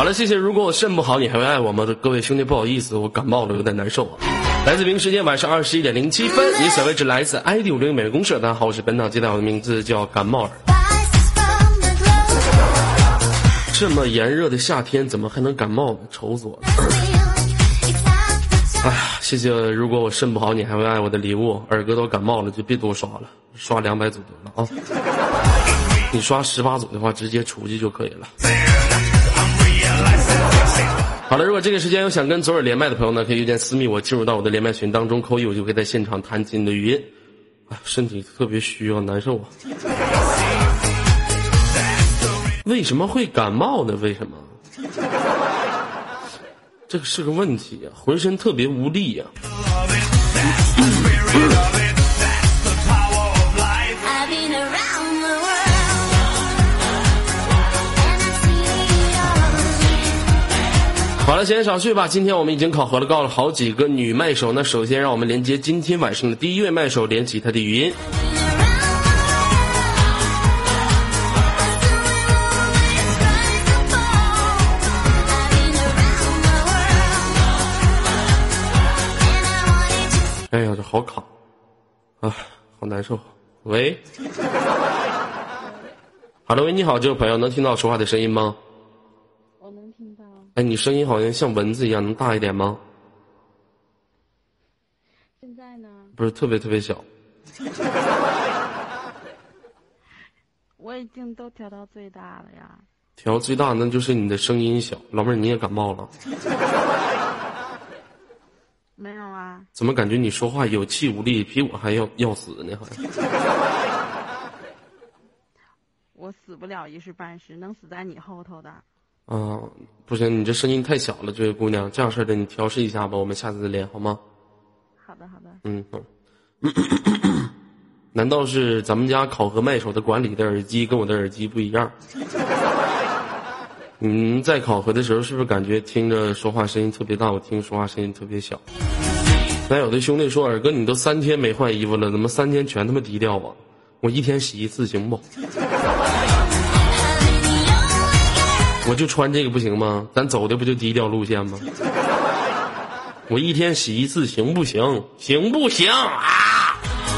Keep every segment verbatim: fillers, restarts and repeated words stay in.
好了，谢谢。如果我肾不好，你还会爱我吗？各位兄弟，不好意思，我感冒了，有点难受啊。来自北京时间晚上二十一点零七分，你小位置来自 I D 五零美人公社，大家好，我是本档接待，我的名字叫感冒儿。这么炎热的夏天，怎么还能感冒呢？愁死我了。哎呀，谢谢。如果我肾不好，你还会爱我的礼物。二哥都感冒了，就别多刷了，刷两百组得了啊。你刷十八组的话，直接出去就可以了。好了，如果这个时间有想跟左耳连麦的朋友呢，可以遇见私密我，进入到我的连麦群当中，扣一我就可以在现场弹起你的语音。啊，身体特别虚啊，难受啊。为什么会感冒呢？为什么？这个是个问题啊，浑身特别无力啊。好了，闲言少叙吧。今天我们已经考核了告了好几个女麦手，那首先让我们连接今天晚上的第一位麦手，连起她的语音。哎呀，这好卡啊，好难受。喂，好了，喂，你好，这位朋友，能听到我说话的声音吗？ 我能听到。 哎，你声音好像像蚊子一样，能大一点吗？ 现在呢？ 不是特别特别小。 我已经都调到最大了呀。 调最大那就是你的声音小。老妹儿，你也感冒了？ 没有啊。 怎么感觉你说话有气无力，比我还要要死呢？好像。 我死不了一时半时，能死在你后头的。 啊，不行，你这声音太小了，这位姑娘，这样式的你调试一下吧，我们下次再连好吗？ 好的，好的。 嗯嗯。难道是咱们家考核麦手的管理的耳机跟我的耳机不一样？嗯，在考核的时候是不是感觉听着说话声音特别大，我听说话声音特别小？那有的兄弟说，耳哥你都三天没换衣服了，怎么三天全他妈低调啊？我一天洗一次行不？我就穿这个不行吗？咱走的不就低调路线吗？我一天洗一次行不行？行不行啊？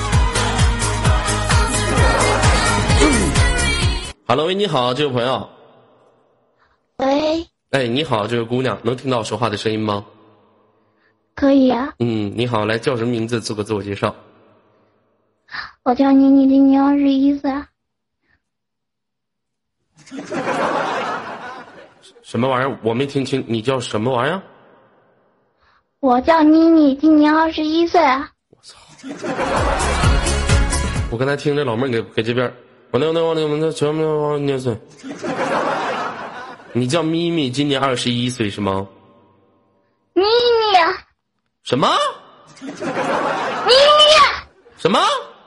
哈喽，喂，你好，这位朋友。 喂。 哎，你好，这位姑娘，能听到我说话的声音吗？ 可以啊。 嗯，你好，来叫什么名字？做个自我介绍。 我叫妮妮，今年二十一岁。 什么玩意儿？我没听清，你叫什么玩意儿？ 我叫妮妮，今年二十一岁啊。 我操！我刚才听着老妹儿给给这边，我那那我那我那什么我那岁？你叫咪咪，今年二十一岁是吗？ 妮妮啊。 什么？ 妮妮。 什么？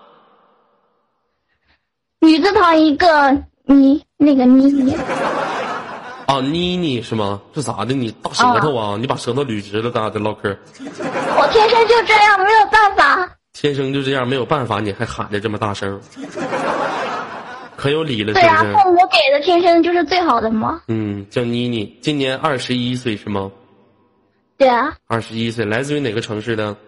女字旁一个妮，那个妮妮。 啊，妮妮是吗？这咋的？你大舌头啊？啊你把舌头捋直了，咋的唠嗑？ 我天生就这样，没有办法。 天生就这样，没有办法，你还喊得这么大声，可有理了， 对啊， 是不是？ 父母给的天生就是最好的嘛。 嗯，叫妮妮，今年二十一岁是吗？ 对啊。 二十一岁，来自于哪个城市的？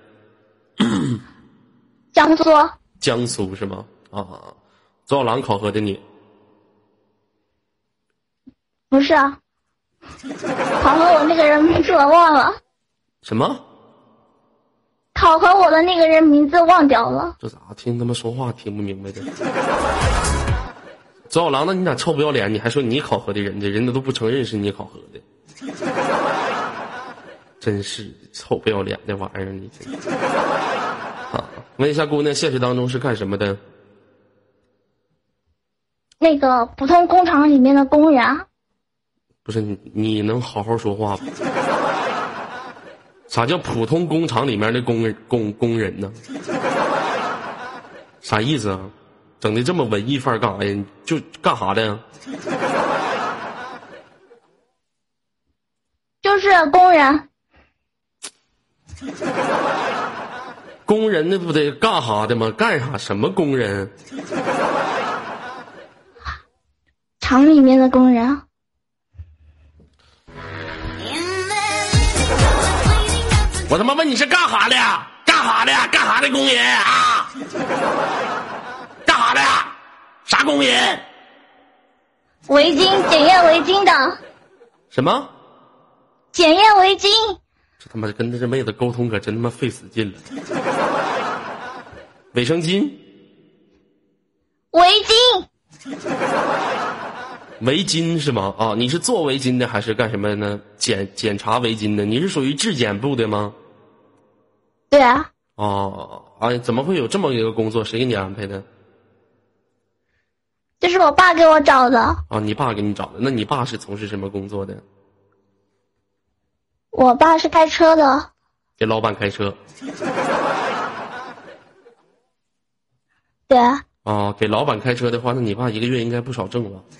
江苏。 江苏是吗？啊，左小狼考核的你。 不是啊，考核我那个人名字我忘了。 什么？ 考核我的那个人名字忘掉了。 这咋听他们说话听不明白的？左小狼，那你咋臭不要脸？你还说你考核的人家，人家都不承认是你考核的，真是臭不要脸的玩意儿！你真啊，问一下姑娘，现实当中是干什么的？ 那个普通工厂里面的工人。 不是你，你能好好说话吗？啥叫普通工厂里面的工人工工人呢？啥意思啊？整的这么文艺范儿干啥呀？就干啥的呀？ 就是工人。 工人那不得干啥的吗？干啥？什么工人？ 厂里面的工人。 我他妈问你是干哈的？干哈的？干哈的工人啊？干哈的？啥工人？ 围巾，检验围巾的。 什么？ 检验围巾。 这他妈跟这妹子沟通可真他妈费死劲了。卫生巾。 围巾。 围巾是吗？啊，你是做围巾的还是干什么呢？检检查围巾的？你是属于质检部的吗？ 对啊。 哦，啊，怎么会有这么一个工作？谁给你安排的？ 这是我爸给我找的。 啊，你爸给你找的？那你爸是从事什么工作的？ 我爸是开车的。 给老板开车。 对啊。 啊，给老板开车的话，那你爸一个月应该不少挣吧？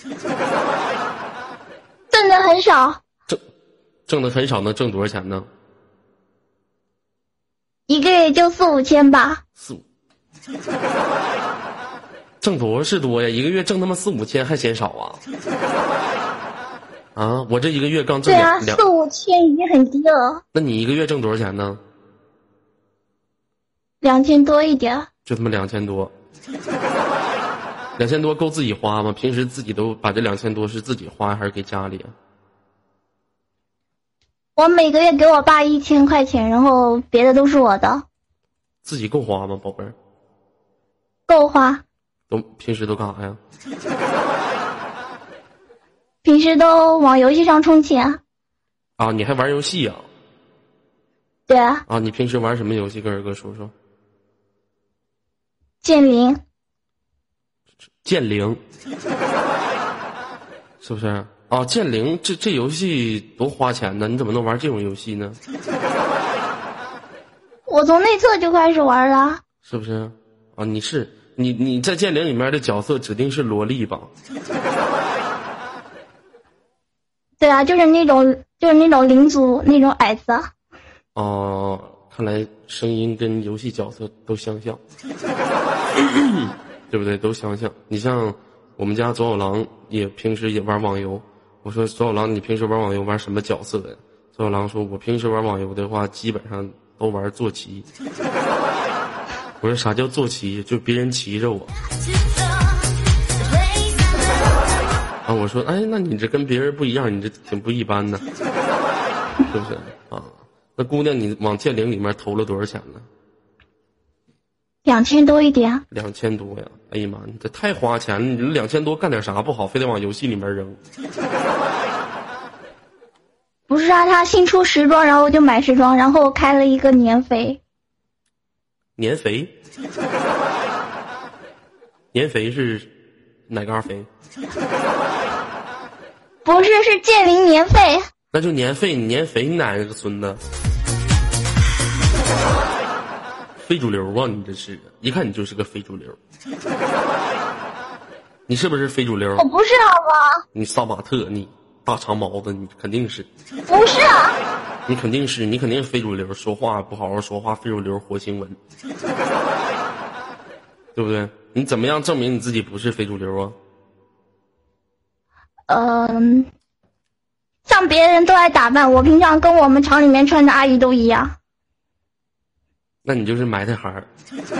挣的很少。 挣挣的很少，能挣多少钱呢？ 一个月就四五千吧。 四五。挣多是多呀，一个月挣他妈四五千还嫌少啊？啊，我这一个月刚挣两。 对啊，四五千已经很低了。 那你一个月挣多少钱呢？ 两千多一点。 就他妈两千多。两千多够自己花吗？平时自己都把这两千多是自己花还是给家里啊？ 我每个月给我爸一千块钱，然后别的都是我的。 自己够花吗，宝贝儿？ 够花。 都平时都干啥呀？ 平时都往游戏上充钱。 啊，你还玩游戏呀？ 对啊。 啊，你平时玩什么游戏？跟二哥说说。 剑灵。 剑灵。是不是？啊，剑灵这这游戏多花钱呢？你怎么能玩这种游戏呢？ 我从内测就开始玩了。 是不是？啊，你是你你在剑灵里面的角色指定是萝莉吧？ 对啊，就是那种就是那种灵族那种矮子。 哦，看来声音跟游戏角色都相像，对不对？都相像。你像我们家左小狼也平时也玩网游。我说左小狼，你平时玩网游玩什么角色呀？左小狼说，我平时玩网游的话，基本上都玩坐骑。我说啥叫坐骑？就别人骑着我。啊，我说，哎，那你这跟别人不一样，你这挺不一般的，是不是啊？那姑娘，你往剑灵里面投了多少钱呢？ 两千多一点。 两千多呀！哎呀妈，你这太花钱了！你两千多干点啥不好，非得往游戏里面扔？ 不是啊，他新出时装，然后我就买时装，然后开了一个年肥。 年肥？年肥是哪嘎肥？ 不是，是剑灵年费。 那就年费，你年肥，你奶奶个孙子！非主流啊！你这是一看你就是个非主流。你是不是非主流？ 我不是，好吧？ 你杀马特，你大长毛子，你肯定是。 不是啊。 你肯定是，你肯定是非主流，说话不好好说话，非主流活新闻，对不对？你怎么样证明你自己不是非主流啊？ 嗯、呃，像别人都爱打扮，我平常跟我们厂里面穿的阿姨都一样。 那你就是埋汰孩儿，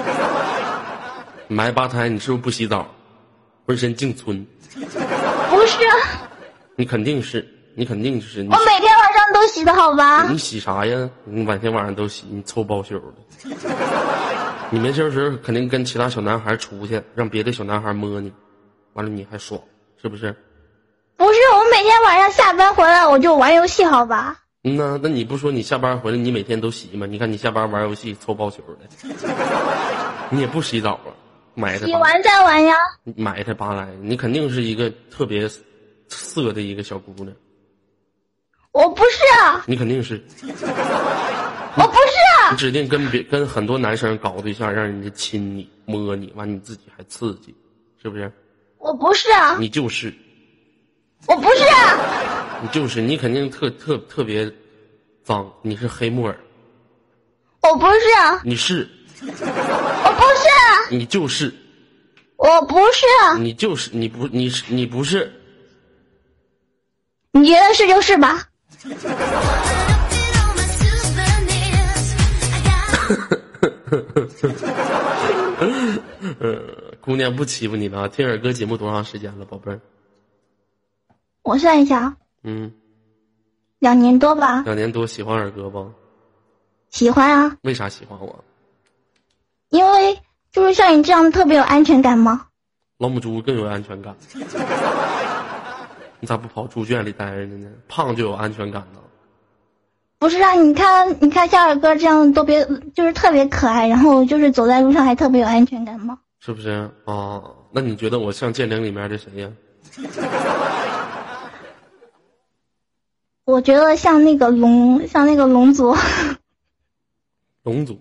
埋八胎，你是不是不洗澡，浑身净皴？ 不是， 你肯定是，你肯定是。 我每天晚上都洗的好吧？ 你洗啥呀？你每天晚上都洗，你臭包宿的。你没事的时候肯定跟其他小男孩出去，让别的小男孩摸你，完了你还爽，是不是？ 不是，我每天晚上下班回来我就玩游戏，好吧？ 嗯呐，那你不说你下班回来你每天都洗吗？你看你下班玩游戏臭包宿的，你也不洗澡啊？埋汰洗完再玩呀。 埋汰巴来，你肯定是一个特别色的一个小姑娘。 我不是啊。 你肯定是。 我不是啊。 你指定跟别跟很多男生搞对象，让人家亲你摸你，完你自己还刺激，是不是？ 我不是啊。 你就是。 我不是啊。 你就是，你肯定特特特别脏，你是黑木耳。 我不是啊。 你是。 我不是啊。 你就是。 我不是啊。 你就是你不你是你不是。 你觉得是就是吧。 嗯，姑娘不欺负你了，听耳哥节目多长时间了，宝贝儿？ 我算一下， 嗯， 两年多吧。 两年多，喜欢耳哥不？ 喜欢啊。 为啥喜欢我？ 因为就是像你这样特别有安全感吗？ 老母猪更有安全感。你咋不跑猪圈里待着呢？胖就有安全感呢。 不是啊，你看，你看像耳哥这样都别，就是特别可爱，然后就是走在路上还特别有安全感吗？ 是不是啊？那你觉得我像剑灵里面的谁呀？ 我觉得像那个龙，像那个龙族。 龙族。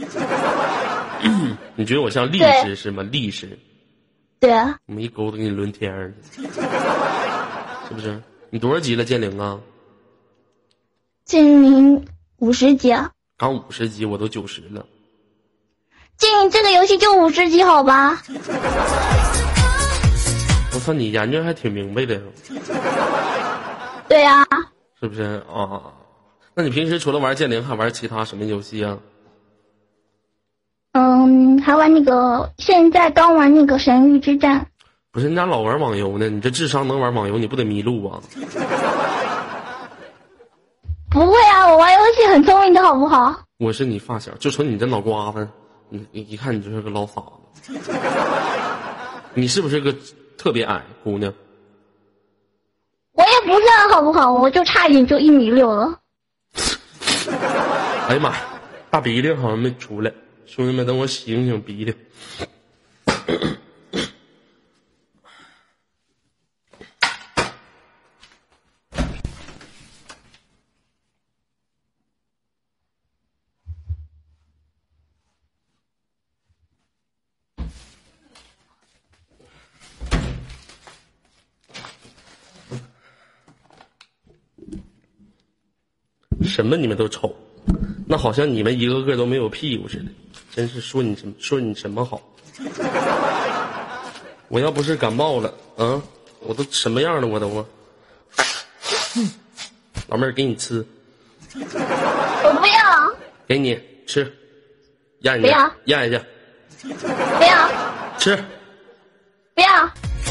你觉得我像力士是吗？力士。 对啊。 我们一勾都给你抡天儿，是不是？你多少级了，剑灵啊？ 剑灵五十级啊。 刚五十级，我都九十了。 剑灵这个游戏就五十级，好吧？ 我操，你研究还挺明白的。 对啊。 是不是啊？那你平时除了玩剑灵，还玩其他什么游戏啊？ 嗯，还玩那个，现在刚玩那个神域之战。 不是，人家老玩网游呢，你这智商能玩网游，你不得迷路啊？ 不会啊，我玩游戏很聪明的，好不好？ 我是你发小，就瞅你这脑瓜子，你你一看你就是个老傻子。你是不是个特别矮姑娘？ 我也不是啊，好不好？我就差一点就一米六了。 哎呀妈，大鼻涕好像没出来，兄弟们，等我醒醒鼻涕。什么你们都瞅，那好像你们一个个都没有屁股似的，真是说你什么说你什么好。我要不是感冒了啊，我都什么样了我都啊。老妹儿给你吃。 我不要。 给你吃，咽不要， 咽下去。 不要。 吃。 不要。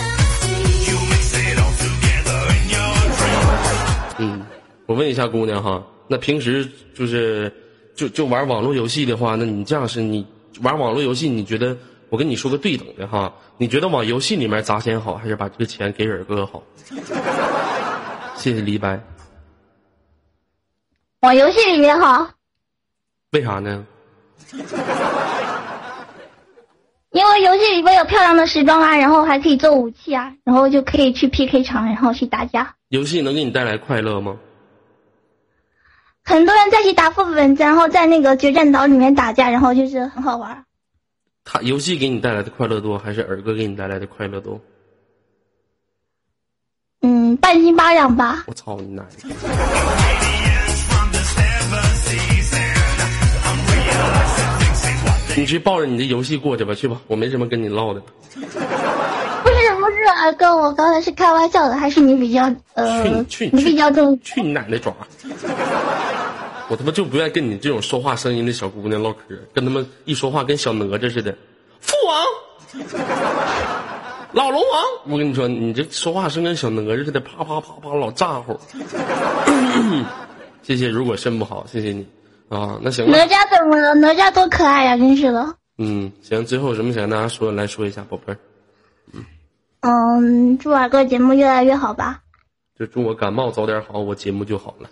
嗯，我问一下姑娘哈。那平时就是就就玩网络游戏的话，那你这样是你玩网络游戏，你觉得我跟你说个对等的哈，你觉得往游戏里面砸钱好，还是把这个钱给耳哥好？谢谢黎白。 往游戏里面好。 为啥呢？ 因为游戏里面有漂亮的时装啊，然后还可以做武器啊，然后就可以去 P K 场，然后去打架。 游戏能给你带来快乐吗？ 很多人在一起打副本，然后在那个决战岛里面打架，然后就是很好玩。 他游戏给你带来的快乐多，还是耳哥给你带来的快乐多？ 嗯，半斤八两吧。 我操你奶！你去抱着你的游戏过去吧，去吧，我没什么跟你唠的。 不是不是，耳哥，我刚才是开玩笑的，还是你比较呃， 去你比较重。 去你奶奶爪！我他妈就不愿意跟你这种说话声音的小姑娘唠嗑，跟他们一说话跟小哪吒似的。父王，老龙王，我跟你说，你这说话声跟小哪吒似的，啪啪啪啪老咋呼。谢谢，如果肾不好，谢谢你啊。那行了。 哪吒怎么了？哪吒多可爱呀，真是的。 嗯，行，最后有什么想跟大家说，来说一下，宝贝儿。 嗯嗯，祝耳哥节目越来越好吧。 就祝我感冒早点好，我节目就好了。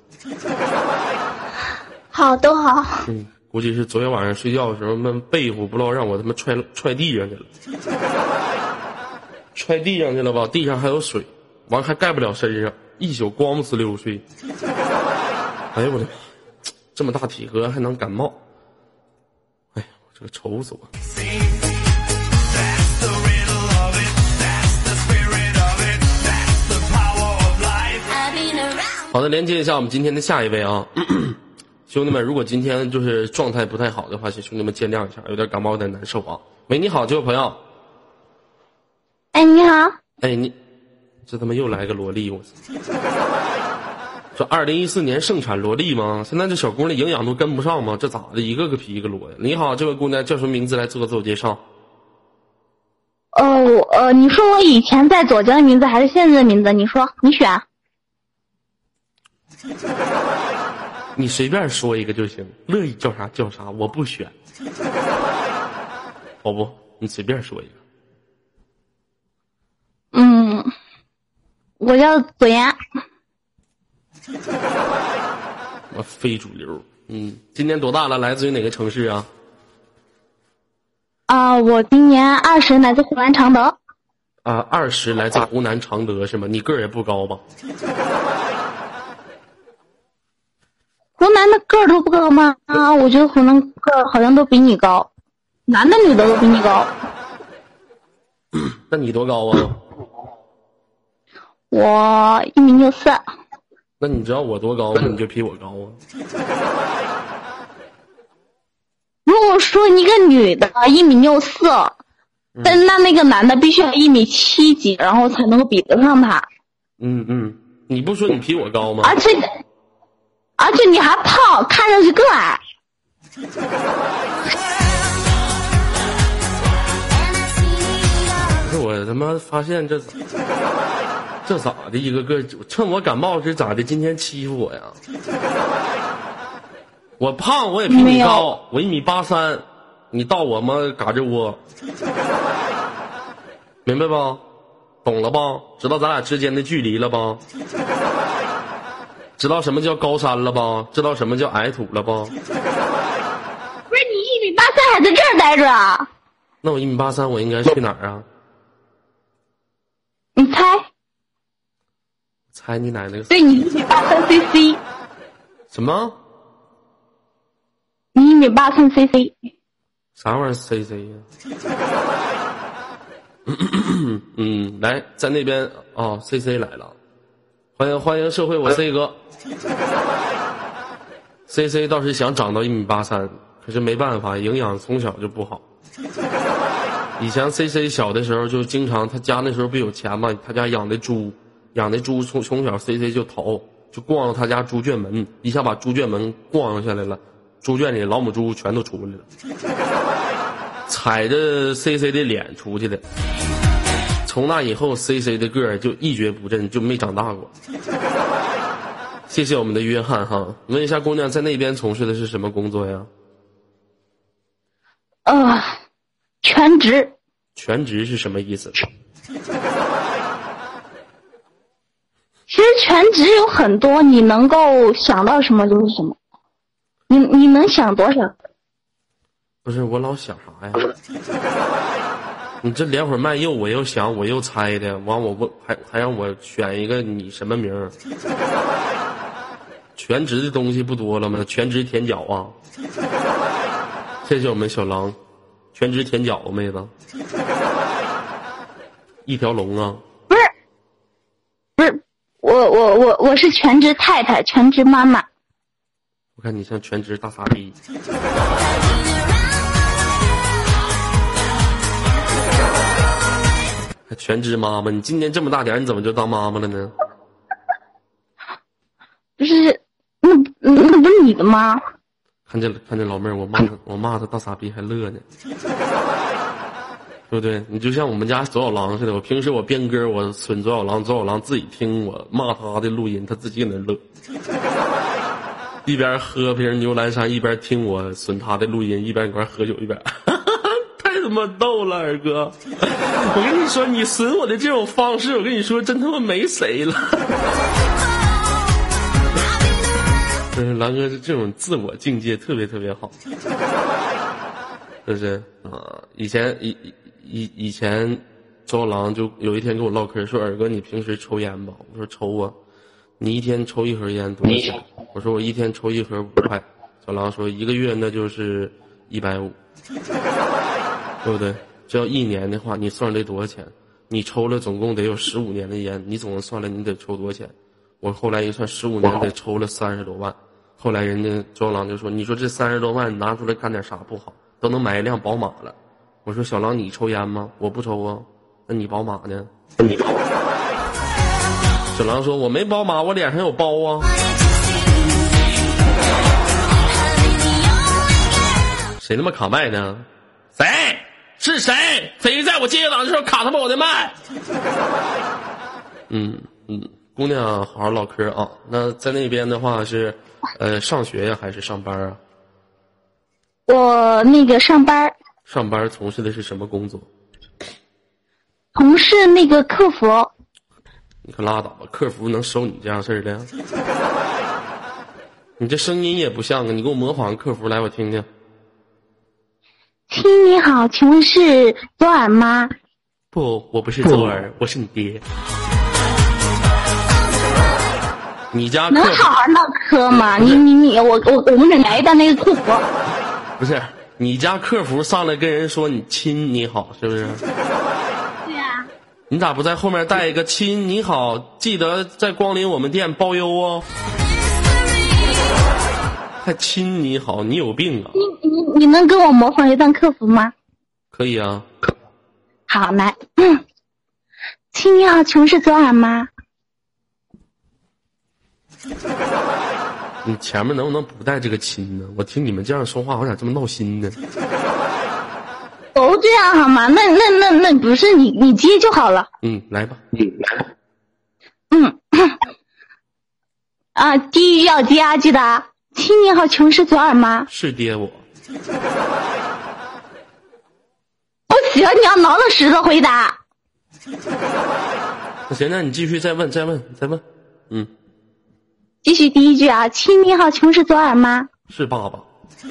好，都好。 嗯，估计是昨天晚上睡觉的时候，闷被子不知道让我他妈踹踹地上去了，踹地上去了吧？地上还有水，完还盖不了身上，一宿光不呲溜睡。哎呦我的妈！这么大体格还能感冒？哎呀，我这个愁死我！好的，连接一下我们今天的下一位啊。兄弟们，如果今天就是状态不太好的话，请兄弟们见谅一下，有点感冒有点难受啊。喂，你好，这位朋友。 哎，你好。 哎，你这他妈又来个萝莉，我操！ 说二零一四年盛产萝莉吗？现在这小姑娘营养都跟不上吗？这咋的？一个个比一个裸呀！你好，这位姑娘叫什么名字？来做个自我介绍。 呃，我呃，你说我以前在左江的名字还是现在的名字？你说，你选。 你随便说一个就行，乐意叫啥叫啥，我不选。好不？你随便说一个。 嗯，我叫左岩。 我非主流。嗯，今年多大了？来自于哪个城市啊？ 啊、呃，我今年二十，来自湖南常德。 啊，二十，来自湖南常德是吗？你个儿也不高吧？ 湖南的个儿都不高吗？啊，我觉得湖南个儿好像都比你高，男的女的都比你高。 那你多高啊？ 我一米六四。 那你知道我多高吗？你就比我高啊。 如果说一个女的一米六四，但那那个男的必须要一米七几，然后才能够比得上他。 嗯嗯，你不说你比我高吗？ 而且而且你还胖，看上去更矮。 不是我他妈发现这这咋的？一个个趁我感冒是咋的？今天欺负我呀？我胖我也比你高，我一米八三，你到我妈嘎吱窝，明白吧？懂了吧？知道咱俩之间的距离了吧？知道什么叫高山了吧？知道什么叫矮土了吧？ 不是你一米八三还在这儿待着啊？ 那我一米八三，我应该去哪儿啊？ 你猜？ 猜你奶奶个！ 对，你一米八三 C C。 什么？ 你一米八三 C C。 啥玩意儿 C C 呀？嗯，来，在那边哦 ，C C 来了，欢迎欢迎社会我 C 哥。C C 倒是想长到一米八三，可是没办法，营养从小就不好。以前 C C 小的时候就经常，他家那时候不有钱嘛，他家养的猪，养的猪从从小 C C 就逃，就逛了他家猪圈门，一下把猪圈门逛下来了，猪圈里老母猪全都出来了，踩着 C C 的脸出去的。从那以后 C C 的个儿就一蹶不振，就没长大过。谢谢我们的约翰哈，问一下姑娘在那边从事的是什么工作呀？ 呃，全职。 全职是什么意思？ 其实全职有很多，你能够想到什么就是什么。你你能想多少？ 不是我老想啥呀？你这连会儿卖肉，我又想我又猜的，完我问还还让我选一个你什么名儿？全职的东西不多了吗？全职舔脚啊！谢谢我们小狼，全职舔脚妹子，一条龙啊！ 不是，不是，我我我我是全职太太，全职妈妈。 我看你像全职大傻逼。全职妈妈，你今年这么大点，你怎么就当妈妈了呢？ 不是，那那不是你的吗？ 看见看见老妹儿，我骂她，我骂她大傻逼还乐呢，对不对？你就像我们家左小狼似的，我平时我编歌，我损左小狼，左小狼自己听我骂他的录音，他自己搁那乐，一边喝瓶牛栏山，一边听我损他的录音，一边搁那喝酒，一边。太他妈逗了，二哥！我跟你说，你损我的这种方式，我跟你说，真他妈没谁了。嗯，狼哥这种自我境界特别特别好，就是啊、呃，以前以以以前，周狼就有一天跟我唠嗑，说二哥你平时抽烟吧？我说抽啊，你一天抽一盒烟多少钱？我说我一天抽一盒五块。小狼说一个月那就是一百五。对不对？这要一年的话，你算得多少钱？你抽了总共得有十五年的烟，你总共算了你得抽多少钱？我后来一算，十五年得抽了三十多万。后来人家周郎就说：“你说这三十多万拿出来干点啥不好？都能买一辆宝马了。”我说：“小狼，你抽烟吗？我不抽啊。那你宝马呢？你宝马。”小狼说：“我没宝马，我脸上有包啊。” 谁他妈卡麦呢？谁？是谁？谁在我接档的时候卡他妈我的麦？嗯嗯，姑娘好好唠嗑啊。那在那边的话是，呃，上学呀还是上班啊？ 我那个上班。 上班从事的是什么工作？ 从事那个客服。 你可拉倒吧，客服能收你这样事儿的？你这声音也不像啊！你给我模仿客服来，我听听。 亲你好，请问是左耳吗？ 不，我不是左耳，我是你爹。你家客服能好好唠嗑吗？你你你，我我我们这来的那个客服。 不是你家客服上来跟人说你亲你好，是不是？ 对呀。 你咋不在后面带一个亲你好？记得在光临我们店包邮哦。还亲你好，你有病啊！ 你你你能跟我模仿一段客服吗？ 可以啊。 好，来，嗯，亲你好，请问是左耳吗？ 你前面能不能不带这个亲呢？我听你们这样说话，我咋这么闹心呢？ 都这样好吗？那那那那不是你你接就好了。 嗯，来吧。 嗯，啊，第一要接啊，记得。亲你好，请问是左耳吗？ 是爹我。 不行，你要老老实实回答。 那行，那你继续再问，再问，再问。嗯。 继续第一句啊，亲你好，请问是左耳吗？ 是爸爸。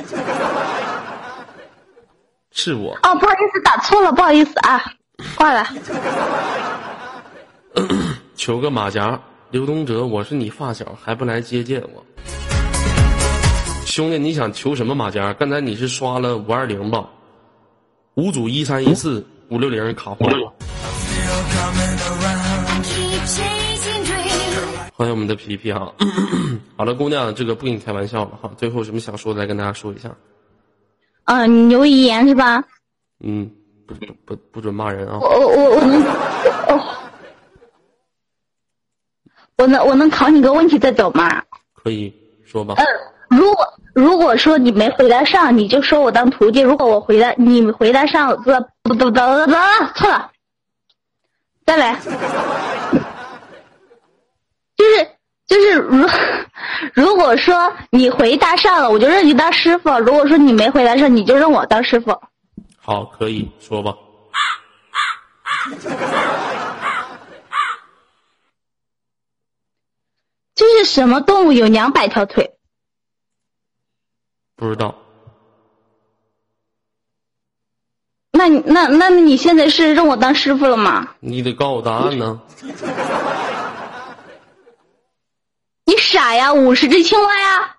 是我。 哦，不好意思，打错了，不好意思啊，挂了。 求个马甲，刘东哲，我是你发小，还不来接见我？兄弟，你想求什么马甲？刚才你是刷了五二零吧？五组一三一四五六零卡坏了。欢迎我们的皮皮啊！好了，姑娘，这个不跟你开玩笑了哈。最后什么想说的，来跟大家说一下。 嗯、呃，你留遗言是吧？ 嗯，不不不不准骂人啊！ 我我我能，我我能我能考你个问题再走吗？ 可以说吧。 嗯、呃，如果如果说你没回答上，你就说我当徒弟；如果我回答你回答上，不不不不不，错了，再来。就是就是如如果说你回答上了，我就认你当师傅；如果说你没回答上，你就认我当师傅。 好，可以说吧。 这是什么动物有两百条腿？ 不知道。 那你那那你现在是认我当师傅了吗？ 你得告诉我答案呢。 你傻呀，五十只青蛙呀！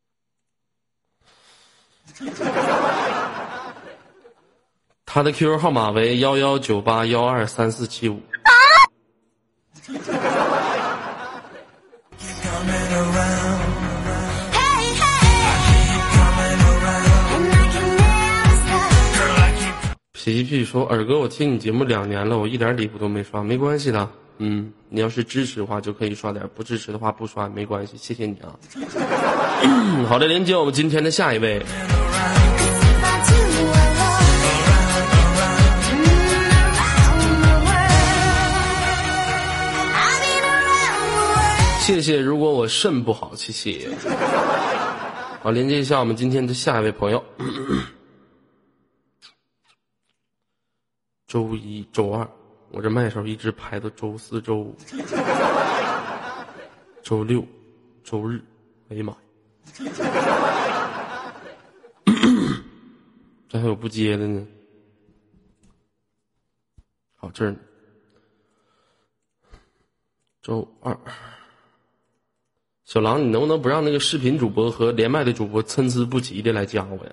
他的 Q Q 号码为幺幺九八幺二三四七五。 啊！ 皮皮说：“耳哥，我听你节目两年了，我一点礼物都没刷，没关系的。嗯，你要是支持的话就可以刷点，不支持的话不刷没关系，谢谢你啊。好的，连接我们今天的下一位。谢谢，如果我肾不好，谢谢。好，连接一下我们今天的下一位朋友。周一、周二，我这麦手一直排到周四、周五、周六、周日。哎呀妈呀！这还有不接的呢。好，这儿呢。周二，小狼，你能不能不让那个视频主播和连麦的主播参差不齐的来加我呀？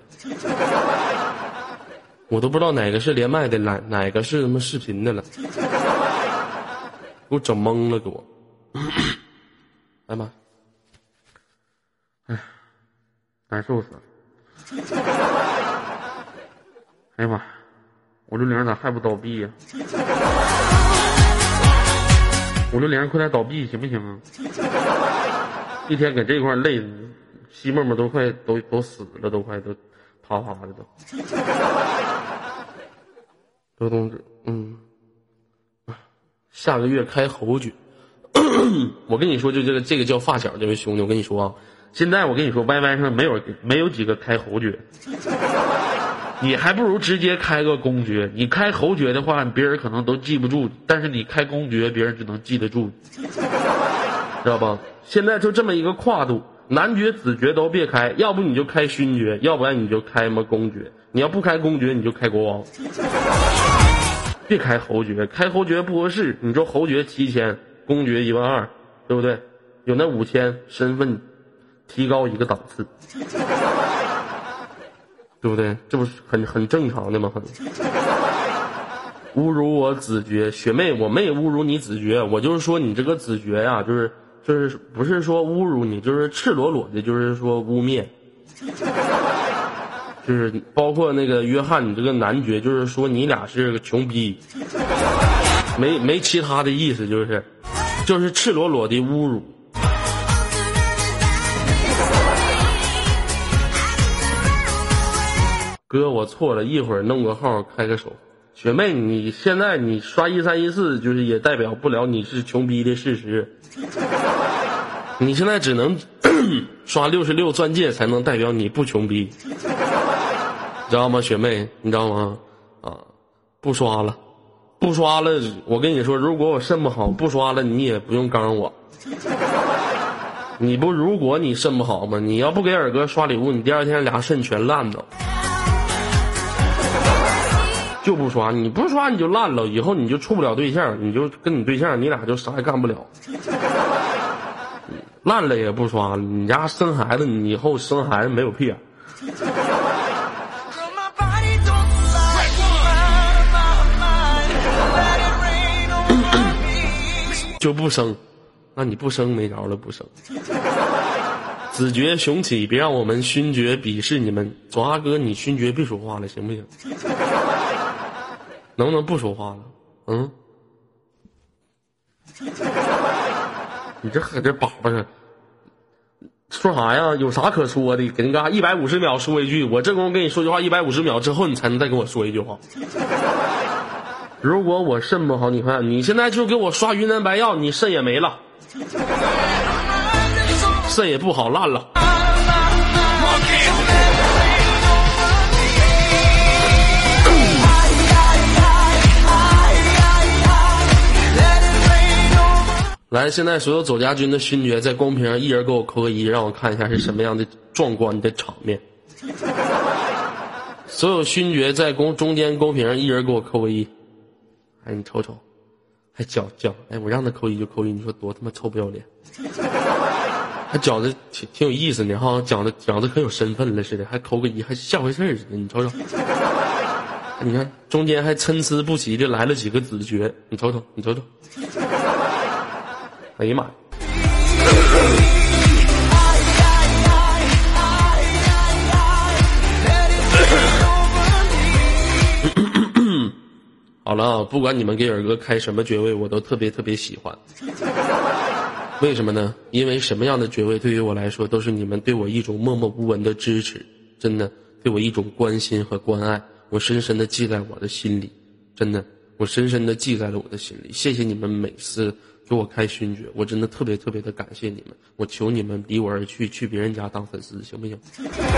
我都不知道哪个是连麦的，哪哪个是他妈视频的了，给我整懵了，给我。哎妈，哎，难受死了！哎呀妈，五六零咋还不倒闭呀、啊？五六零快点倒闭行不行啊？一天搁这块累，西沫沫都快都都死了，都快都啪啪的都。周冬至，嗯，下个月开侯爵。我跟你说，就这个这个叫发小这位兄弟，我跟你说啊，现在我跟你说 Y Y 上没有没有几个开侯爵，你还不如直接开个公爵。你开侯爵的话，别人可能都记不住，但是你开公爵，别人就能记得住，知道吧？现在就这么一个跨度，男爵子爵都别开，要不你就开勋爵，要不然你就开什么公爵。你要不开公爵，你就开国王，别开侯爵，开侯爵不合适。你说侯爵七千，公爵一万二，对不对？有那五千，身份提高一个档次，对不对？这不是很很正常的吗？很侮辱我子爵，学妹，我没侮辱你子爵，我就是说你这个子爵呀、啊，就是就是不是说侮辱你，就是赤裸裸的，就是说污蔑，就是包括那个约翰，你这个男爵，就是说你俩是个穷逼，没没其他的意思，就是就是赤裸裸的侮辱。哥，我错了，一会儿弄个号开个手。学妹，你现在你刷一三一四，就是也代表不了你是穷逼的事实。你现在只能刷六十六钻戒才能代表你不穷逼，知道吗？学妹，你知道吗？啊，不刷了，不刷了。我跟你说，如果我肾不好，不刷了，你也不用刚我。你不，如果你肾不好吗？你要不给尔哥刷礼物，你第二天俩肾全烂了。就不刷，你不刷你就烂了，以后你就处不了对象，你就跟你对象你俩就啥也干不了，烂了也不刷，你家生孩子，你以后生孩子没有屁眼，就不生，那你不生没着了，不生。子爵雄起，别让我们勋爵鄙视你们。左阿哥，你勋爵别说话了，行不行？能不能不说话了？嗯，你这搁这粑粑上说啥呀？有啥可说的？给你干一百五十秒说一句，我这功夫跟你说句话，一百五十秒之后你才能再跟我说一句话。如果我肾不好，你看你现在就给我刷云南白药，你肾也没了，肾也不好，烂了。来，现在所有走家军的勋爵在公屏上一人给我扣个一，让我看一下是什么样的壮观的场面。所有勋爵在公中间公屏上一人给我扣个一。哎，你瞅瞅，还讲讲，哎，我让他扣一就扣一，你说多他妈臭不要脸！还讲的挺挺有意思呢哈，讲的讲的可有身份了似的，还扣个一，还下回事儿似的，你瞅瞅。你看中间还参差不齐的来了几个子爵，你瞅瞅，你瞅瞅。哎呀妈呀！好了，不管你们给尔哥开什么爵位，我都特别特别喜欢。为什么呢？因为什么样的爵位对于我来说，都是你们对我一种默默无闻的支持，真的对我一种关心和关爱，我深深的记在我的心里，真的，我深深的记在了我的心里。谢谢你们每次给我开勋爵，我真的特别特别的感谢你们，我求你们离我而去，去别人家当粉丝，行不行？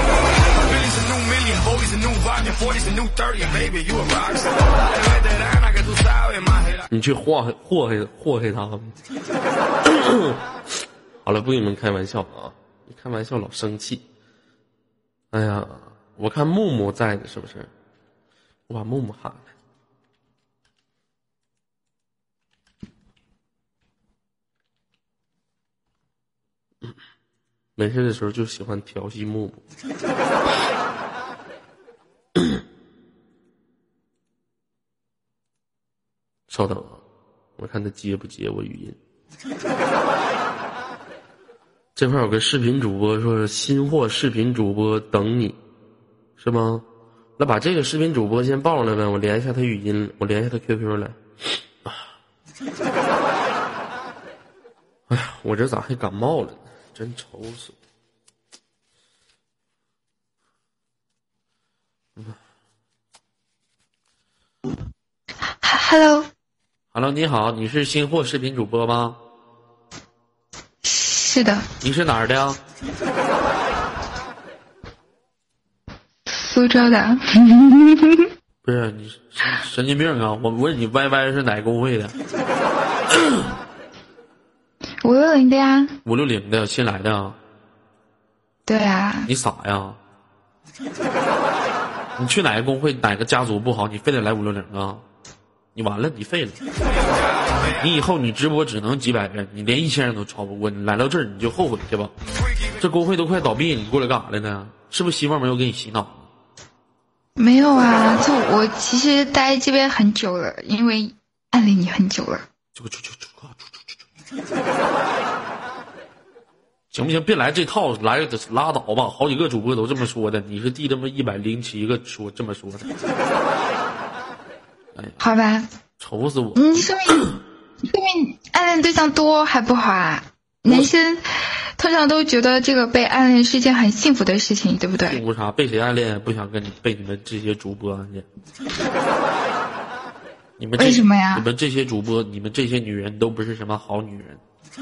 你去祸害祸害祸害他们。好了，不跟你们开玩笑啊，你开玩笑老生气。哎呀，我看木木在的是不是？我把木木喊来。没事的时候就喜欢调戏木木。稍等啊，我看他接不接我语音。这块有个视频主播说新货视频主播等你，是吗？那把这个视频主播先报来呗，我连一下他语音，我连一下他 Q Q 来。啊、哎呀，我这咋还感冒了呢？真愁死！ Hello，Hello， 你好，你是新货视频主播吗？ 是的。 你是哪儿的呀？ 苏州的。 不是你神经病啊！我问你 Y Y 是哪工会的？ 五六零的呀。 五六零的，新来的啊？ 对啊。 你傻呀？你去哪个工会哪个家族不好，你非得来五六零啊？你完了，你废了。你以后你直播只能几百人，你连一千人都超不过。你来到这儿你就后悔去吧。这工会都快倒闭，你过来干啥来呢？是不是媳妇儿没有给你洗脑？ 没有啊，就我其实待这边很久了，因为暗恋你很久了。 就就就就就行不行？别来这套，来拉倒吧。好几个主播都这么说的，你是第他妈一百零七个说这么说的。哎呀， 好吧， 愁死我！ 你说明说明暗恋对象多还不好啊？男生通常都觉得这个被暗恋是一件很幸福的事情，对不对？ 幸福啥？被谁暗恋？不想跟你被你们这些主播暗恋。你们为什么呀？ 你们这些主播，你们这些女人都不是什么好女人，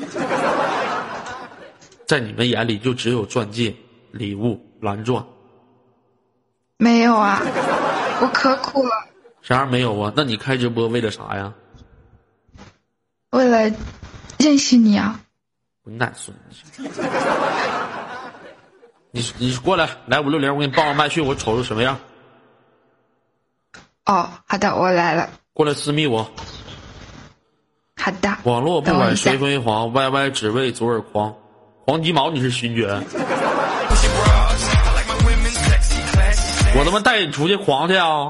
在你们眼里就只有钻戒、礼物、蓝钻。 没有啊，我可苦了。 啥样没有啊？那你开直播为了啥呀？ 为了认识你啊！ 混蛋孙子！你你过来，来五六零，我给你报个麦序，我瞅瞅什么样。 哦，好的，我来了。 过来私密我。 好的。 网络不管谁辉煌 ，Y Y 只为左耳狂。黄鸡毛，你是勋爵。我他妈带你出去狂去啊！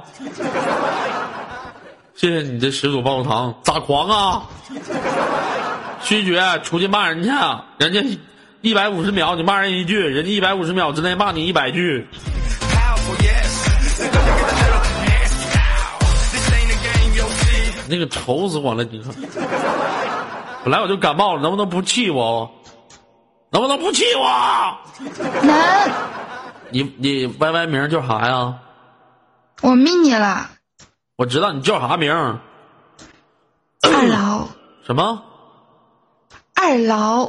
谢谢你这始祖棒棒糖，咋狂啊？勋爵出去骂人去，人家一百五十秒你骂人一句，人家一百五十秒之内骂你一百句。那个愁死我了！你看，本来我就感冒了，能不能不气我？能不能不气我？ 能。 你你 Y Y 名叫啥呀？ 我密你了。 我知道你叫啥名？ 二老。 什么？ 二老。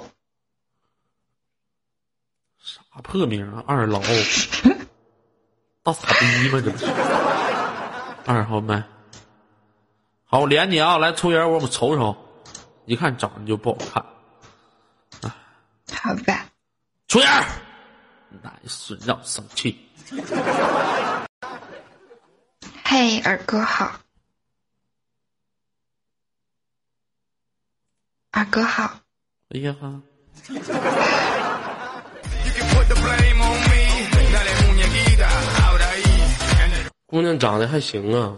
啥破名啊？二老。大傻逼吗？这不是？二号麦。好，我连你啊！来抽人，我们瞅瞅。一看长得就不好看。哎， 好吧。 抽人。奶孙让生气。 嘿，二哥好。二哥好。 哎呀哈。姑娘长得还行啊。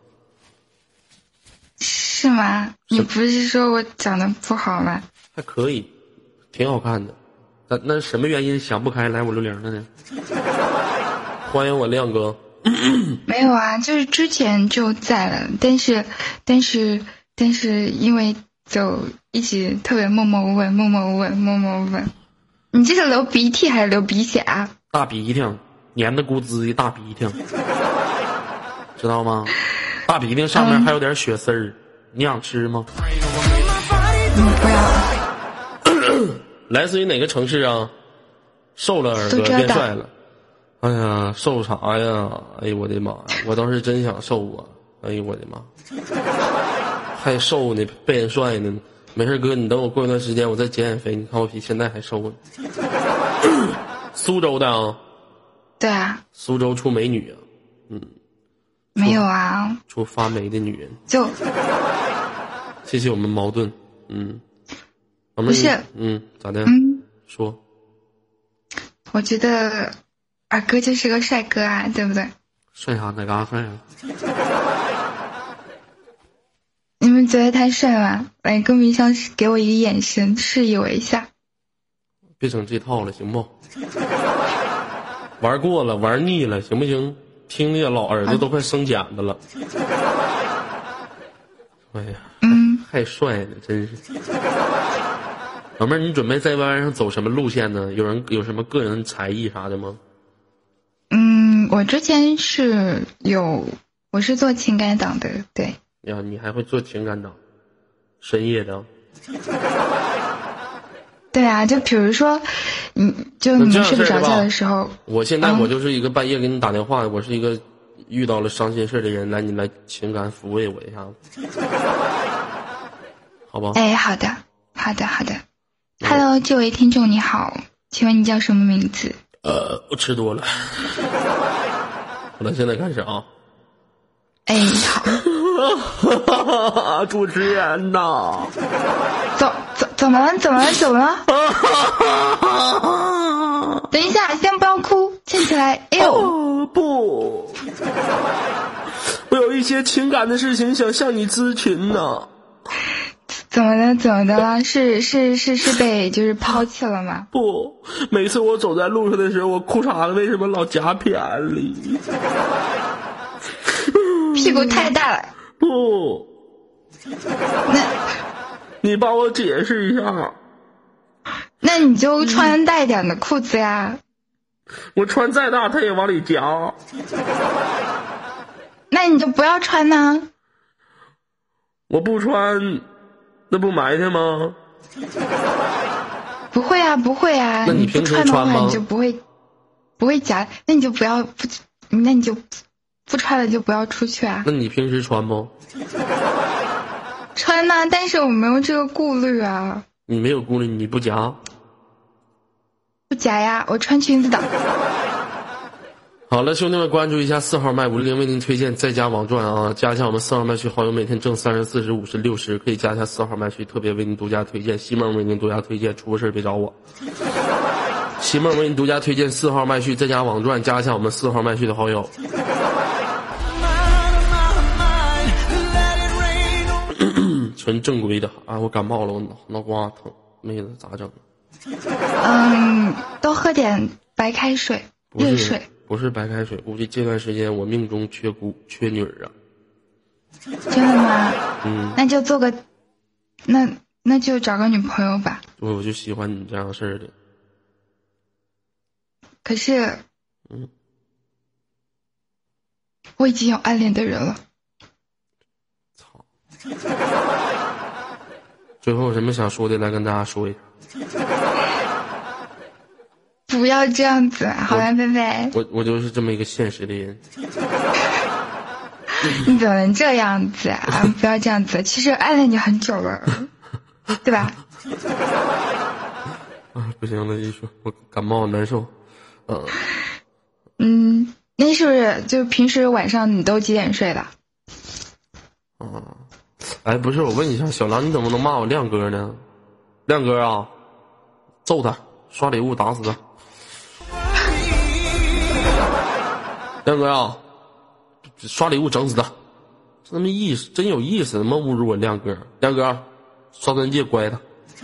是吗？你不是说我长得不好吗？ 还可以，挺好看的。那那什么原因想不开来五六零的呢？欢迎我亮哥。 没有啊，就是之前就在了，但是但是但是因为就一直特别默默无闻，默默无闻，默默无闻。你这是流鼻涕还是流鼻血啊？ 大鼻涕，黏的咕滋的大鼻涕，知道吗？大鼻涕上面还有点血丝儿。嗯，你想吃吗？ 嗯，不要。 来自于哪个城市啊？瘦了，耳朵变帅了。哎呀，瘦啥呀？哎呦我的妈呀！我倒是真想瘦啊！哎呦我的妈，还瘦呢，变帅呢。没事哥，你等我过一段时间，我再减减肥。你看我比现在还瘦呢。苏州的啊？ 对啊。 苏州出美女啊？嗯。 没有啊， 出发霉的女人。 就谢谢我们矛盾。嗯，我们不是， 嗯，咋的？ 嗯， 说， 我觉得二哥就是个帅哥啊，对不对？ 帅啥？哪嘎帅啊？ 你们觉得他帅吗？来，公屏上给我一个眼神，示意我一下。 别整这套了，行不？玩过了，玩腻了，行不行？听那个老耳朵都快生茧子了。哎呀， 嗯， 太帅了，真是。老妹儿，你准备在 Y Y 上走什么路线呢？有人有什么个人才艺啥的吗？ 嗯， 我之前是有，我是做情感党的，对。 呀，你还会做情感党，深夜的。 对啊，就比如说，你就你们睡不着觉的时候， 我现在我就是一个半夜给你打电话，嗯、我是一个遇到了伤心事的人，来你来情感抚慰我一下子，好不好？ 哎，好的，好的，好的。嗯、Hello， 这位听众你好，请问你叫什么名字？ 呃，我吃多了。好了，现在开始啊。 哎，好。 主持人呐， 怎怎怎么了？怎么了？怎么了？等一下，先不要哭，站起来。哎呦， 哦、不，我有一些情感的事情想向你咨询呢。 怎么的？怎么的了？是是是是被就是抛弃了吗？ 不，每次我走在路上的时候，我裤衩子为什么老夹偏里？ 屁股太大了。 不， 那你帮我解释一下。 那你就穿大一点的裤子呀。 我穿再大，它也往里夹。 那你就不要穿呢。 我不穿，那不埋汰吗？ 不会啊，不会啊。 那你平时穿吗？ 你不穿的话，你就不会不会夹。那你就不要不，那你就。不穿了就不要出去啊。 那你平时穿不？ 穿呢、啊，但是我没有这个顾虑啊。 你没有顾虑，你不夹？ 不夹呀，我穿裙子的。 好了，兄弟们，关注一下四号麦五零零为您推荐在家网赚啊！加一下我们四号麦序好友，每天挣三十、四十、五十、六十，可以加一下四号麦序，特别为您独家推荐。西梦为您独家推荐，出个事别找我。西梦为您独家推荐四号麦序在家网赚，加一下我们四号麦序的好友。纯正规的啊！我感冒了，我脑脑瓜疼，妹子咋整？ 嗯，多喝点白开水、热水。 不是白开水，估计这段时间我命中缺姑缺女儿啊。 真的吗？ 嗯， 那就做个，那那就找个女朋友吧。 我我就喜欢你这样事儿的。 可是， 嗯， 我已经有暗恋的人了。 操！最后有什么想说的，来跟大家说一下。 不要这样子，好了，贝贝。 我我就是这么一个现实的人。 你怎么能这样子啊？不要这样子，其实暗恋你很久了，对吧？ 啊，不行了，一说我感冒难受。嗯。 嗯，那是不是就平时晚上你都几点睡的？ 啊。哎，不是，我问一下，小狼，你怎么能骂我亮哥呢？亮哥啊，揍他，刷礼物打死他。亮哥啊，刷礼物整死他，这么意思，真有意思，他妈侮辱我亮哥。亮哥，刷钻戒乖他。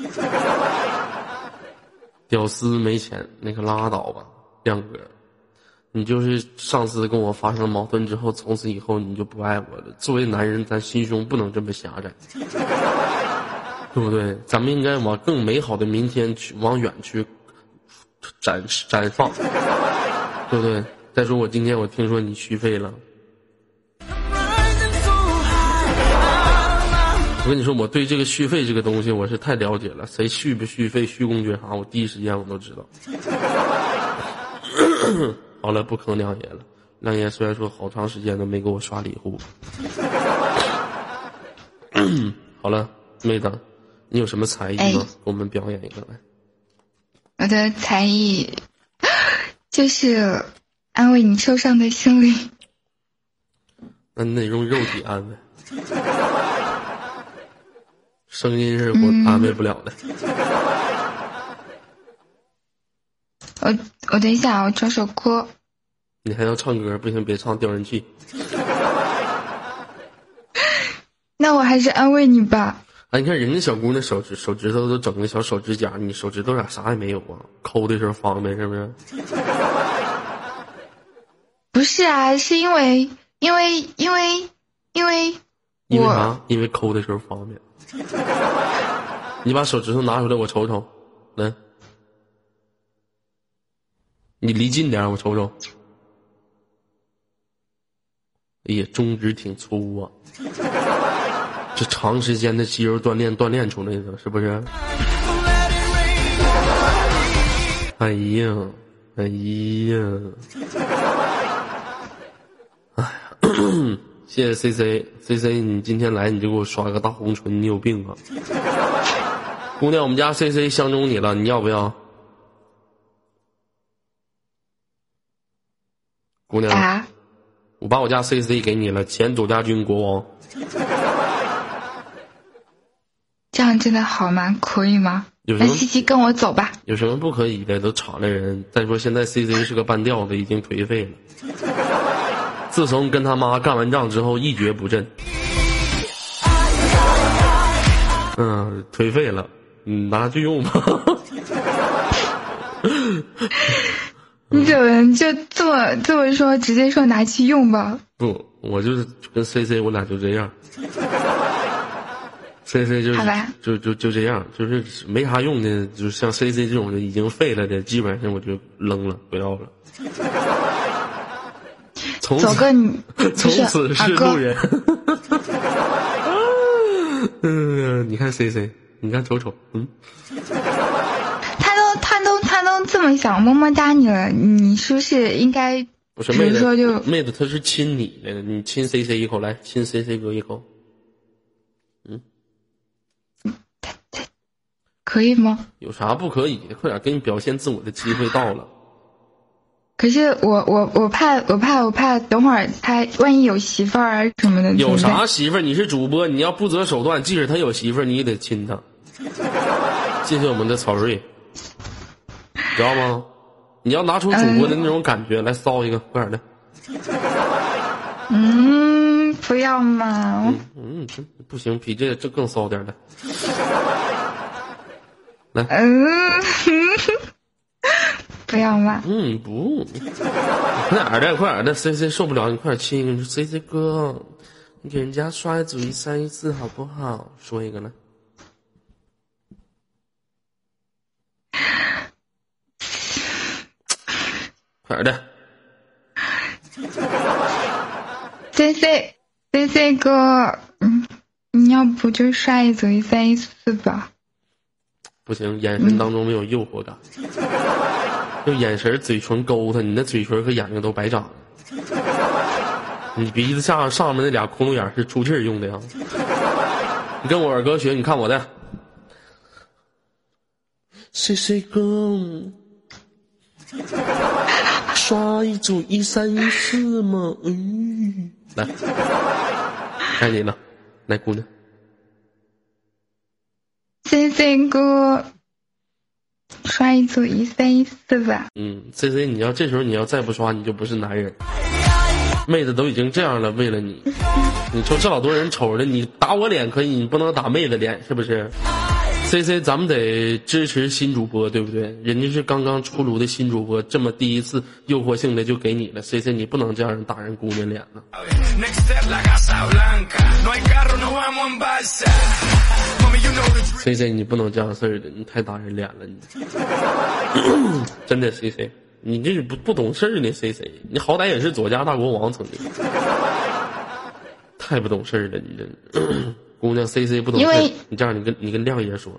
屌丝没钱，那可拉倒吧，亮哥。你就是上次跟我发生矛盾之后，从此以后你就不爱我了。作为男人，咱心胸不能这么狭窄，对不对？咱们应该往更美好的明天去，往远去展展放，对不对？再说我今天我听说你续费了，我跟你说，我对这个续费这个东西我是太了解了，谁续不续费、续公爵啥，我第一时间我都知道。好了，不坑亮爷了。亮爷虽然说好长时间都没给我刷礼物。好了，妹子，你有什么才艺吗？哎、给我们表演一个来。 我的才艺就是安慰你受伤的心灵。 那你得用肉体安慰，声音是我安慰不了的。 我我等一下，我找首歌。 你还要唱歌？不行，别唱，掉人气。 那我还是安慰你吧。 哎，你看人家小姑娘手指手指头都整个小手指甲，你手指头咋啥也没有啊？抠的时候方便是不是？ 不是啊，是因为因为因为因为因为啥？因为抠的时候方便。你把手指头拿出来，我瞅瞅，来。你离近点，我瞅瞅。 哎呀，中指挺粗啊，这长时间的肌肉锻炼锻炼出来的，是不是？哎呀，哎呀，哎呀，谢谢 C C，C C， 你今天来你就给我刷个大红唇，你有病啊！姑娘，我们家 C C 相中你了，你要不要？姑娘， 啊， 我把我家 C C 给你了，前左家军国王。 这样真的好吗？可以吗？ 有什么那西西跟我走吧。 有什么不可以的？都厂的人。再说现在 C C 是个半吊子，已经颓废了。自从跟他妈干完仗之后，一蹶不振。嗯，颓废了。嗯，拿去用吧。 你怎么就这么这么说？直接说拿去用吧。 不，我就是跟 C C 我俩就这样。C C 就好吧就就就这样，就是没啥用的，就是像 C C 这种的已经废了的，基本上我就扔了，不要了。从走哥你从此是路人。 哥嗯，你看 C C， 你看瞅瞅，嗯， 他都他都他都这么想么么哒你了，你是不是应该比不是妹如说就子，妹子她是亲你的，你亲 C C 一口，来亲 C C 哥一口，嗯， 可以吗？ 有啥不可以的？快点给你表现自我的机会到了。 可是我我我怕我怕我怕等会儿他万一有媳妇儿什么的， 有怎么办？ 啥媳妇儿？你是主播，你要不择手段，即使他有媳妇儿，你也得亲他。谢谢我们的草瑞，知道吗？你要拿出主播的那种感觉、嗯、来骚一个，快点的。 嗯，不要嘛。 嗯嗯，不行，比这这更骚点的。来。 嗯。不要嘛。 嗯，不，快点的，快点的 ，C C 受不了，你快点亲一个 ，C C 哥，你给人家刷一组一三一四好不好？说一个呢，快点的 ，C C C C 哥，嗯，你要不就刷一组一三一四吧？ 不行，眼神当中没有诱惑感。嗯用眼神嘴唇勾他，你那嘴唇和眼睛都白长了。你鼻子下上面那俩窟窿眼是出气儿用的呀。你跟我二哥学，你看我的。C C 哥，刷一组一三一四吗？嗯，来，该你了，来姑娘。 C C 哥。刷一组一三一四吧。 嗯 ，C C， 你要这时候你要再不刷，你就不是男人。妹子都已经这样了，为了你，你说这老多人瞅着你打我脸可以，你不能打妹子脸，是不是 ？C C， 咱们得支持新主播，对不对？人家是刚刚出炉的新主播，这么第一次诱惑性的就给你了 ，C C， 你不能这样打人姑娘脸了。C C， 你不能这样事儿的，你太打人脸了，你真的 C C， 你这是不不懂事儿呢 C C， 你好歹也是左家大国王曾经，太不懂事儿了，你这姑娘 C C 不懂事儿，你这样你跟你跟亮爷说，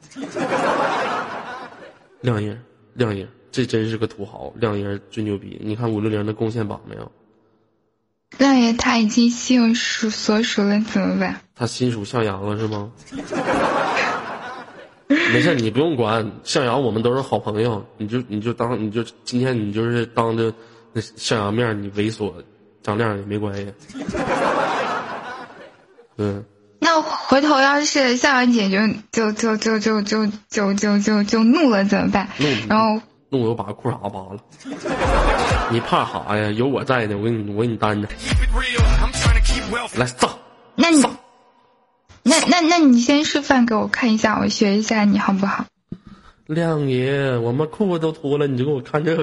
亮爷亮爷，这真是个土豪，亮爷最牛逼，你看五六零的贡献榜没有？ 亮爷他已经心有所属了，怎么办？ 他心属向阳了是吗？没事，你不用管向阳，我们都是好朋友，你就你就当你就今天你就是当着那向阳面你猥琐长亮也没关系。嗯。 那回头要是向阳姐就就就就就就就就就就怒了怎么办？ 怒， 然后怒我把裤衩扒了。你怕啥呀？有我在呢，我给你我给你担着。来上。 那你那那那你先示范给我看一下，我学一下你好不好？ 亮爷，我们裤子都脱了，你就给我看这个。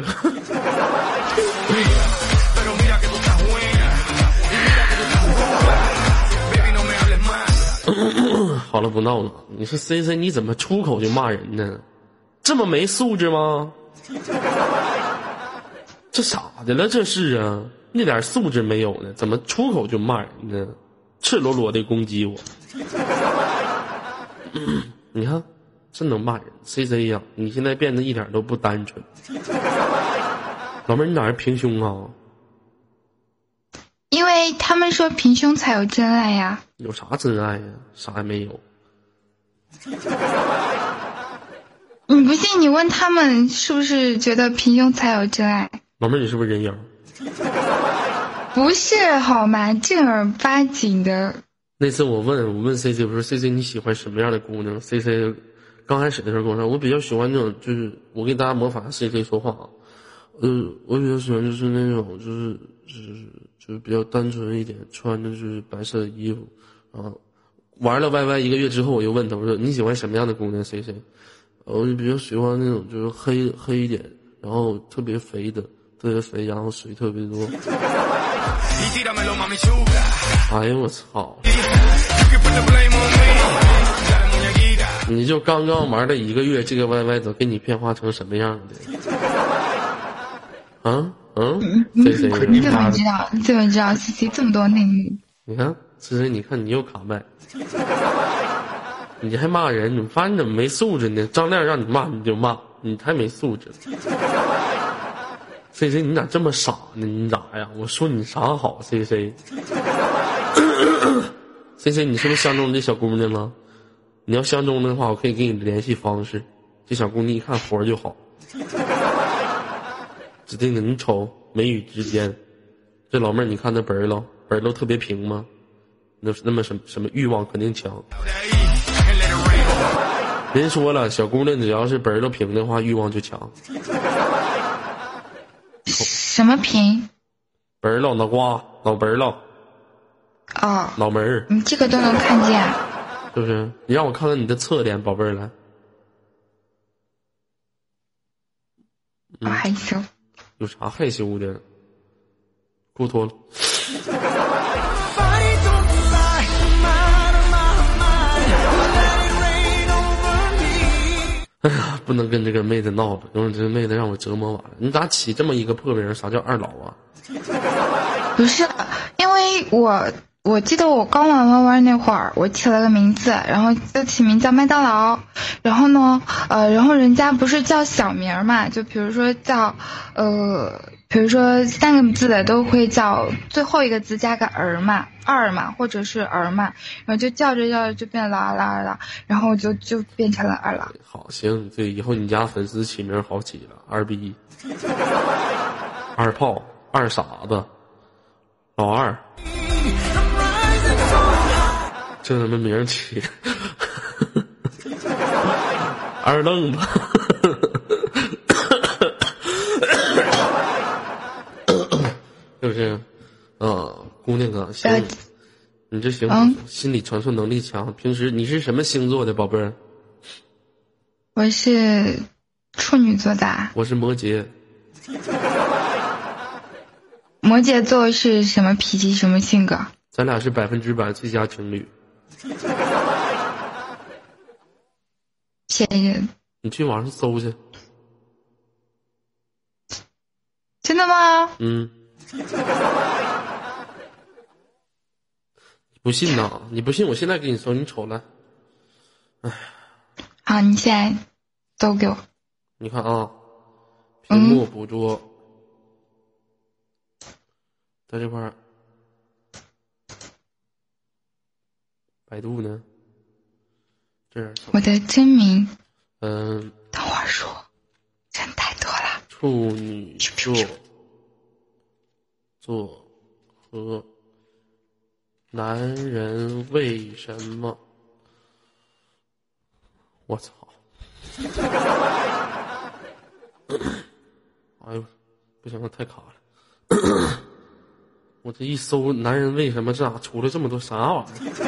好了，不闹了。你说 C C 你怎么出口就骂人呢？这么没素质吗？这咋的了？这是啊， 一点素质没有呢？怎么出口就骂人呢？赤裸裸的攻击我。嗯、你看，真能骂人。C C 呀，你现在变得一点都不单纯。老妹儿，你哪是平胸啊？ 因为他们说平胸才有真爱呀。 有啥真爱呀？啥也没有。 你不信，你问他们是不是觉得平胸才有真爱？ 老妹儿，你是不是人妖？ 不是好吗？正儿八经的。 那次我问我问 C C， 我说 C C 你喜欢什么样的姑娘 ？C C 刚开始的时候跟我说，我比较喜欢那种，就是我给大家模仿 C C 说话啊，呃，我比较喜欢就是那种就是就是就是比较单纯一点，穿的就是白色的衣服啊。玩了 Y Y 一个月之后，我又问他，我说你喜欢什么样的姑娘 ？C C， 我就比较喜欢那种就是黑黑一点，然后特别肥的，特别肥，然后水特别多。哎呦我操！你就刚刚玩了一个月，这个 Y Y 都给你变化成什么样的？啊嗯 ，C C， 你怎么知道？你怎么知道 C C 这么多内幕？ 你看 C C， 你看你又卡麦，你还骂人，你发现你怎么没素质呢？张亮让你骂你就骂，你太没素质。C C， 你咋这么傻呢？你咋呀？我说你啥好 ？C C，C C， 你是不是相中这小姑娘了？你要相中的话，我可以给你联系方式。这小姑娘一看活就好，指定的。你瞅眉宇之间，这老妹儿你看那本儿喽，本儿都特别平吗？那那么什么什么欲望肯定强。人说了，小姑娘只要是本儿都平的话，欲望就强。 什么平？ 本儿老脑瓜，脑门儿了。 哦， 脑门儿。 你这个都能看见， 是不是？你让我看看你的侧脸，宝贝儿来。 我、嗯、害羞。 有啥害羞的？裤脱了。哎呀，不能跟这个妹子闹了，因为这个妹子让我折磨完了。你咋起这么一个破名？啥叫二老啊？ 不是，因为我我记得我刚玩玩玩那会儿，我起了个名字，然后就起名叫麦当劳。然后呢，呃，然后人家不是叫小名嘛，就比如说叫呃，比如说三个字的都会叫最后一个字加个儿嘛，二嘛，或者是儿嘛，然后就叫着叫着就变老老老，然后就就变成了二老。 好，行，对，以后你家粉丝起名好起了，二逼，二炮，二傻子，老二，这他妈名起二愣子。是不是？啊，姑娘啊，行，呃、你这行、嗯，心理承受能力强。平时你是什么星座的，宝贝儿？ 我是处女座的。 我是摩羯。 摩羯座是什么脾气？什么性格？ 咱俩是百分之百最佳情侣。 骗人！ 你去网上搜去。 真的吗？ 嗯。不信呐？你不信？我现在给你搜，你瞅来。哎。 好，你现在都给我。 你看啊，屏幕捕捉，嗯、在这块儿。百度呢？这儿。 我的真名。 嗯。 等会儿说，人太多了。 处女座。座和男人为什么？我操！哎呦，不行了，太卡了！我这一搜男人为什么，这咋出来这么多啥玩意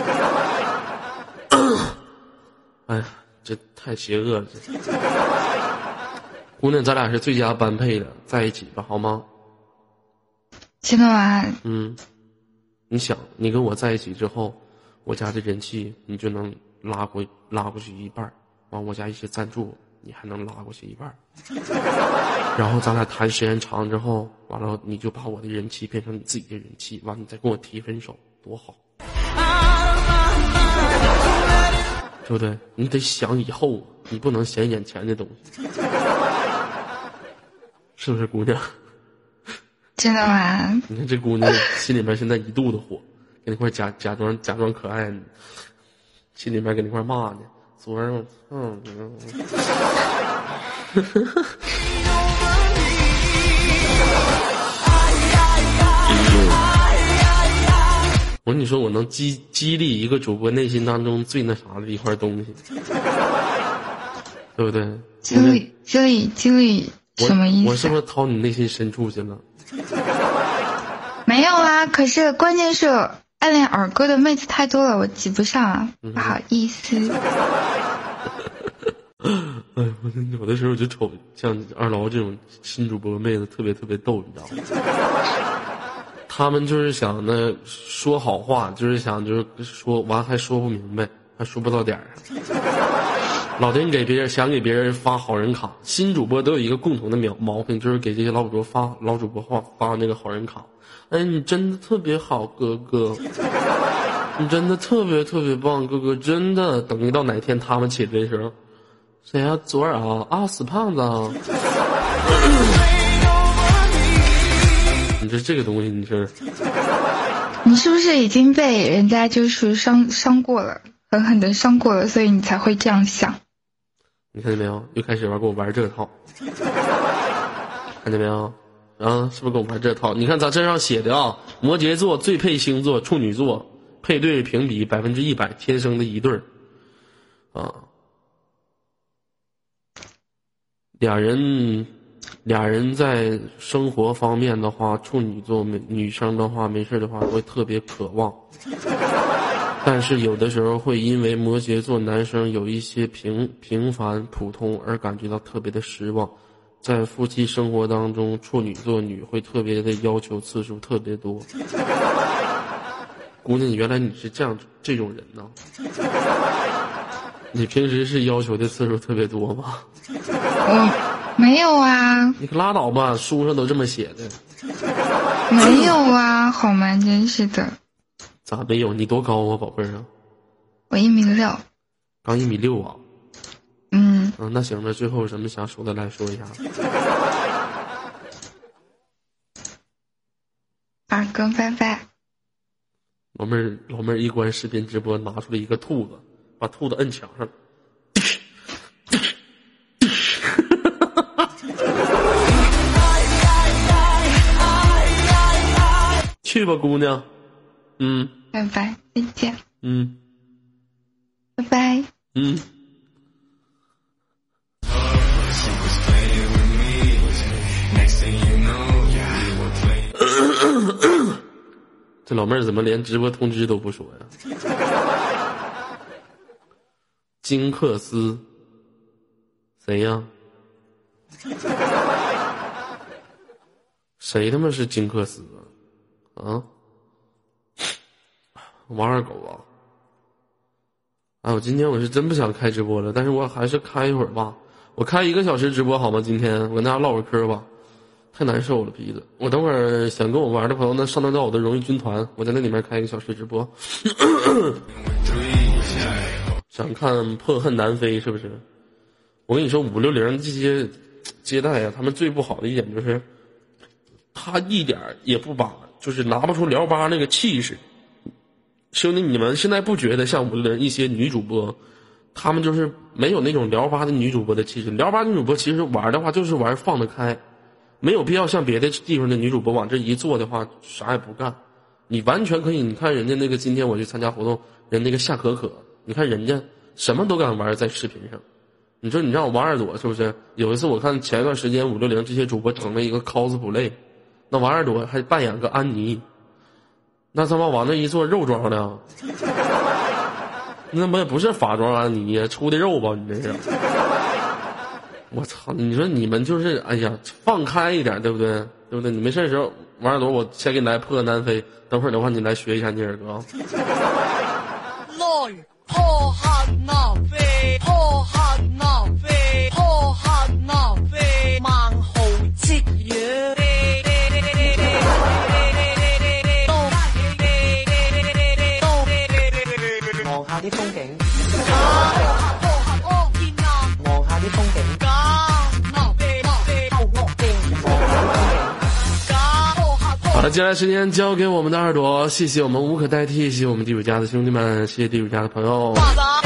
儿？哎呀，这太邪恶了！这姑娘，咱俩是最佳般配的，在一起吧，好吗？ 真的吗？ 嗯，你想，你跟我在一起之后，我家的人气你就能拉回拉过去一半，完我家一些赞助你还能拉过去一半，然后咱俩谈时间长之后，完了你就把我的人气变成你自己的人气，完了你再跟我提分手，多好，对不对？你得想以后，你不能想眼前的东西，是不是姑娘？ 真的吗？ 你看这姑娘心里面现在一肚子火，跟你块假假装假装可爱，心里面跟你块骂呢。昨儿我操你！我跟你说，我能激激励一个主播内心当中最那啥的一块东西，对不对？ 激励激励激励什么意思？ 我是不是掏你内心深处去了？ 没有啊，可是关键是暗恋耳哥的妹子太多了，我挤不上啊，嗯、不好意思。 哎，我有的时候就瞅像二老这种新主播妹子特别特别逗，你知道吗？他们就是想呢说好话，就是想就是说完还说不明白，还说不到点儿上。老丁给别人想给别人发好人卡，新主播都有一个共同的毛毛病，就是给这些老主播发老主播发发那个好人卡。哎，你真的特别好，哥哥，你真的特别特别棒，哥哥，真的。等一到哪天他们起来的时候，谁呀？昨儿啊啊，死胖子啊！你说这个东西，你是你是不是已经被人家就是伤伤过了，狠狠的伤过了，所以你才会这样想？ 你看见没有？又开始玩给我玩这套，看见没有？啊，是不是跟我玩这套？你看咱这上写的啊，摩羯座最配星座，处女座配对评比百分之一百，天生的一对儿啊。俩人，俩人在生活方面的话，处女座女生的话，没事的话会特别渴望，但是有的时候会因为摩羯座男生有一些平平凡普通而感觉到特别的失望。在夫妻生活当中，处女座女会特别的要求次数特别多。姑娘，原来你是这样这种人呢？你平时是要求的次数特别多吗？ 我没有啊。 你可拉倒吧，书上都这么写的。 没有啊，好吗？真是的。 咋没有？你多高啊，宝贝儿啊？ 我一米六。 刚一米六啊？ 嗯。 嗯，那行吧，最后有什么想说的来说一下。 二哥拜拜。 老妹儿，老妹儿一关视频直播，拿出了一个兔子，把兔子摁墙上。去吧，姑娘。嗯。 拜拜，再见。 嗯。 拜拜。 嗯。这老妹儿怎么连直播通知都不说呀？金克斯，谁呀？谁他妈是金克斯啊？啊？王二狗啊！哎，我今天我是真不想开直播了，但是我还是开一会儿吧。我开一个小时直播好吗？今天我跟大家唠会嗑吧。太难受了，鼻子。我等会儿想跟我玩的朋友呢，上得到我的荣誉军团，我在那里面开一个小时直播。想看破恨南飞是不是？我跟你说，五六零这些接待啊，他们最不好的一点就是，他一点也不把，就是拿不出聊吧那个气势。兄弟，你们现在不觉得像五六零一些女主播，他们就是没有那种聊吧的女主播的气势？聊吧女主播其实玩的话就是玩放得开。没有必要像别的地方的女主播往这一坐的话，啥也不干。你完全可以，你看人家那个今天我去参加活动，人那个夏可可，你看人家什么都敢玩在视频上。你说你让我王二朵是不是？有一次我看前一段时间五六零这些主播整了一个 cosplay， 那王二朵还扮演个安妮，那他妈往那一坐肉装的，那不也不是法装安妮，出的肉吧？你这是。我操！你说你们就是，哎呀，放开一点，对不对？对不对？你没事的时候，王二朵，我先给你来破南飞。等会儿的话，你来学一下你耳朵。 来破恨南飞，破恨南飞，破望下啲風景。 好了，接下来时间交给我们的耳朵，谢谢我们无可代替，谢谢我们地主家的兄弟们，谢谢地主家的朋友。